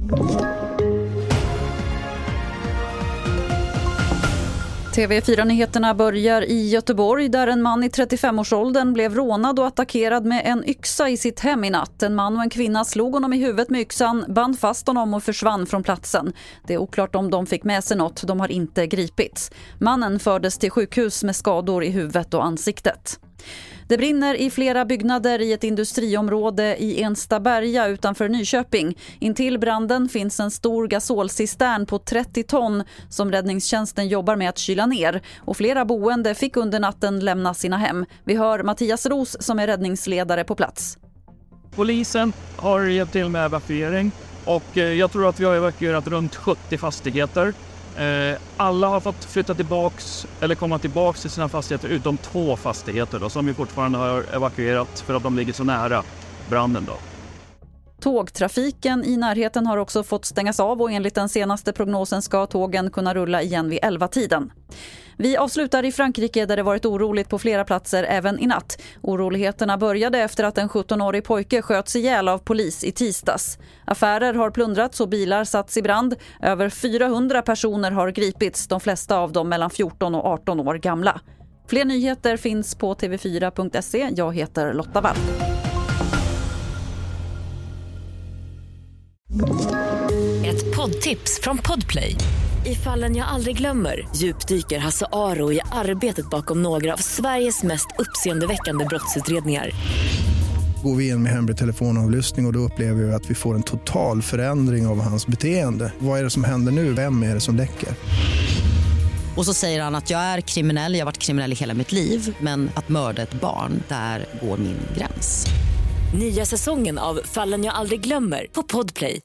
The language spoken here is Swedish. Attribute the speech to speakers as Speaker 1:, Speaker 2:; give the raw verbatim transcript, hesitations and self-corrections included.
Speaker 1: T V fyra-nyheterna börjar i Göteborg där en man i trettiofem-årsåldern blev rånad och attackerad med en yxa i sitt hem i natt. En man och en kvinna slog honom i huvudet med yxan, band fast honom och försvann från platsen. Det är oklart om de fick med sig något, de har inte gripits. Mannen fördes till sjukhus med skador i huvudet och ansiktet. Det brinner i flera byggnader i ett industriområde i Enstaberga utanför Nyköping. Intill branden finns en stor gasolcistern på trettio ton som räddningstjänsten jobbar med att kyla ner. Och flera boende fick under natten lämna sina hem. Vi hör Mattias Ros som är räddningsledare på plats.
Speaker 2: Polisen har hjälpt till med evakuering och jag tror att vi har evakuerat runt sjuttio fastigheter. Alla har fått flytta tillbaks eller komma tillbaks till sina fastigheter utom två fastigheter då, som vi fortfarande har evakuerat för att de ligger så nära branden då.
Speaker 1: Tågtrafiken i närheten har också fått stängas av och enligt den senaste prognosen ska tågen kunna rulla igen vid elva-tiden. Vi avslutar i Frankrike där det varit oroligt på flera platser även i natt. Oroligheterna började efter att en sjuttonårig pojke sköts ihjäl av polis i tisdags. Affärer har plundrats och bilar satts i brand. Över fyrahundra personer har gripits, de flesta av dem mellan fjorton och arton år gamla. Fler nyheter finns på t v fyra punkt se. Jag heter Lotta Wall.
Speaker 3: Ett poddtips från Podplay. I Fallen jag aldrig glömmer djupdyker Hasse Aro i arbetet bakom några av Sveriges mest uppseendeväckande brottsutredningar.
Speaker 4: Går vi in med hemlig telefonavlyssning och, och då upplever vi att vi får en total förändring av hans beteende. Vad är det som händer nu? Vem är det som läcker?
Speaker 5: Och så säger han att jag är kriminell, jag har varit kriminell i hela mitt liv. Men att mörda ett barn, där går min gräns.
Speaker 3: Nya säsongen av Fallen jag aldrig glömmer på Podplay.